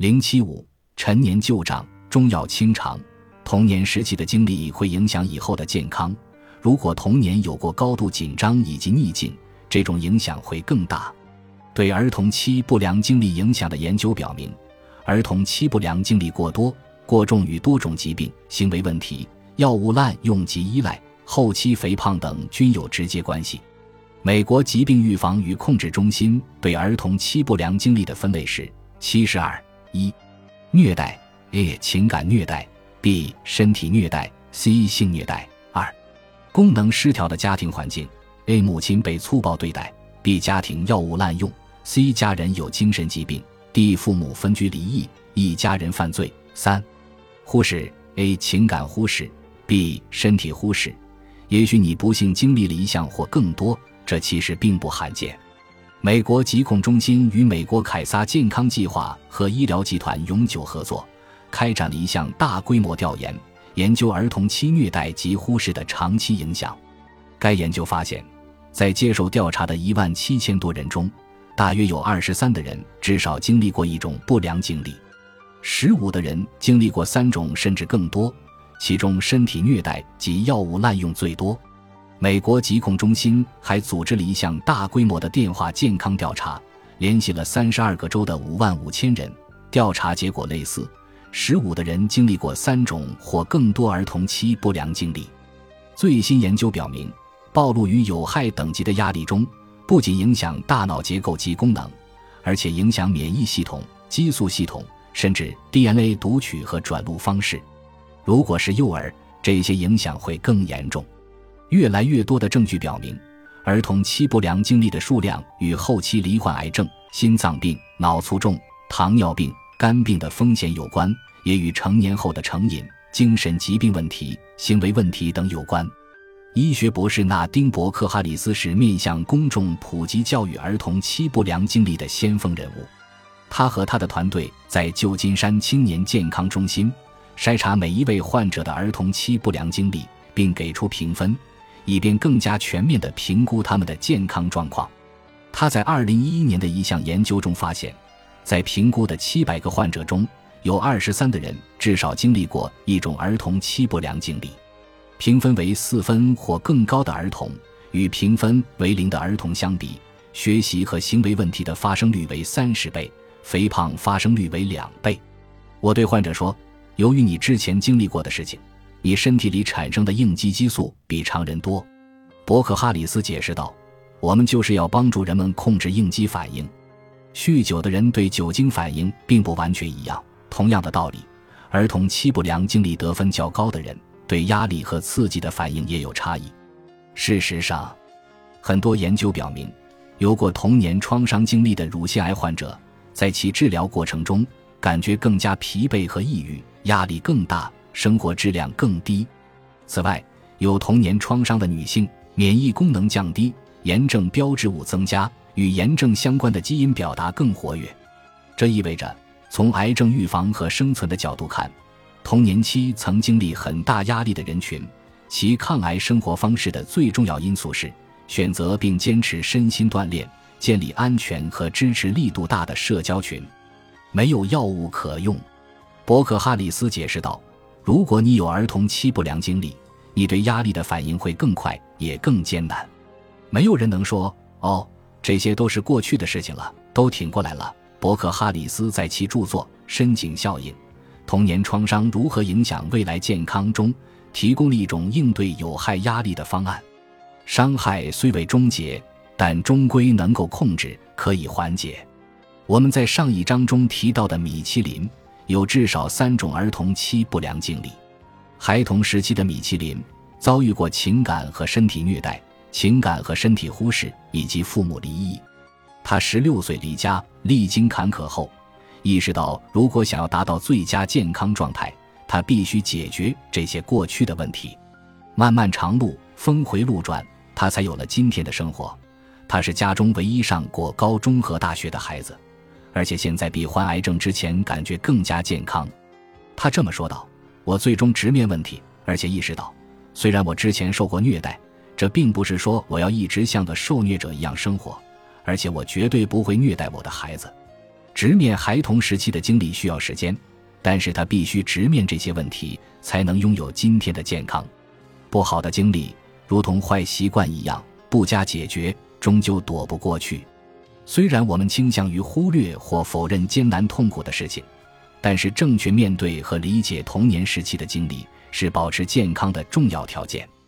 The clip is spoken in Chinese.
075陈年旧账，中药清肠。童年时期的经历会影响以后的健康，如果童年有过高度紧张以及逆境，这种影响会更大。对儿童期不良经历影响的研究表明，儿童期不良经历过多、过重与多种疾病、行为问题、药物滥用及依赖、后期肥胖等均有直接关系。美国疾病预防与控制中心对儿童期不良经历的分类是72： 1. 虐待 A. 情感虐待 B. 身体虐待 C. 性虐待 2. 功能失调的家庭环境 A. 母亲被粗暴对待 B. 家庭药物滥用 C. 家人有精神疾病 D. 父母分居离异 E. 家人犯罪 3. 忽视 A. 情感忽视 B. 身体忽视。也许你不幸经历了一项或更多，这其实并不罕见。美国疾控中心与美国凯撒健康计划和医疗集团永久合作，开展了一项大规模调研，研究儿童期虐待及忽视的长期影响。该研究发现，在接受调查的17000多人中，大约有23的人至少经历过一种不良经历，15的人经历过3种甚至更多，其中身体虐待及药物滥用最多。美国疾控中心还组织了一项大规模的电话健康调查，联系了32个州的55000人，调查结果类似，15的人经历过3种或更多儿童期不良经历。最新研究表明，暴露于有害等级的压力中，不仅影响大脑结构及功能，而且影响免疫系统、激素系统，甚至 DNA 读取和转录方式。如果是幼儿，这些影响会更严重。越来越多的证据表明，儿童期不良经历的数量与后期罹患癌症、心脏病、脑卒中、糖尿病、肝病的风险有关，也与成年后的成瘾、精神疾病问题、行为问题等有关。医学博士纳丁·伯克哈里斯是面向公众普及教育儿童期不良经历的先锋人物。他和他的团队在旧金山青年健康中心筛查每一位患者的儿童期不良经历，并给出评分，以便更加全面地评估他们的健康状况。他在2011年的一项研究中发现，在评估的700个患者中，有23的人至少经历过一种儿童期不良经历。评分为4分或更高的儿童，与评分为0的儿童相比，学习和行为问题的发生率为30倍，肥胖发生率为2倍。我对患者说，由于你之前经历过的事情，你身体里产生的应激激素比常人多。伯克哈里斯解释道，我们就是要帮助人们控制应激反应。酗酒的人对酒精反应并不完全一样，同样的道理，儿童期不良经历得分较高的人对压力和刺激的反应也有差异。事实上，很多研究表明，有过童年创伤经历的乳腺癌患者在其治疗过程中感觉更加疲惫和抑郁，压力更大，生活质量更低。此外，有童年创伤的女性免疫功能降低，炎症标志物增加，与炎症相关的基因表达更活跃。这意味着，从癌症预防和生存的角度看，童年期曾经历很大压力的人群，其抗癌生活方式的最重要因素是选择并坚持身心锻炼，建立安全和支持力度大的社交群。没有药物可用。伯克哈里斯解释道，如果你有儿童期不良经历，你对压力的反应会更快，也更艰难。没有人能说，哦，这些都是过去的事情了，都挺过来了。伯克哈里斯在其著作《深井效应：童年创伤如何影响未来健康》中提供了一种应对有害压力的方案。伤害虽未终结，但终归能够控制，可以缓解。我们在上一章中提到的米其林有至少3种儿童期不良经历。孩童时期的米其林遭遇过情感和身体虐待、情感和身体忽视以及父母离异。他16岁离家，历经坎坷后意识到，如果想要达到最佳健康状态，他必须解决这些过去的问题。漫漫长路，峰回路转，他才有了今天的生活。他是家中唯一上过高中和大学的孩子，而且现在比患癌症之前感觉更加健康。他这么说道，我最终直面问题，而且意识到，虽然我之前受过虐待，这并不是说我要一直像个受虐者一样生活，而且我绝对不会虐待我的孩子。 直面孩童时期的经历需要时间，但是他必须直面这些问题，才能拥有今天的健康。不好的经历如同坏习惯一样，不加解决，终究躲不过去。虽然我们倾向于忽略或否认艰难痛苦的事情，但是正确面对和理解童年时期的经历，是保持健康的重要条件。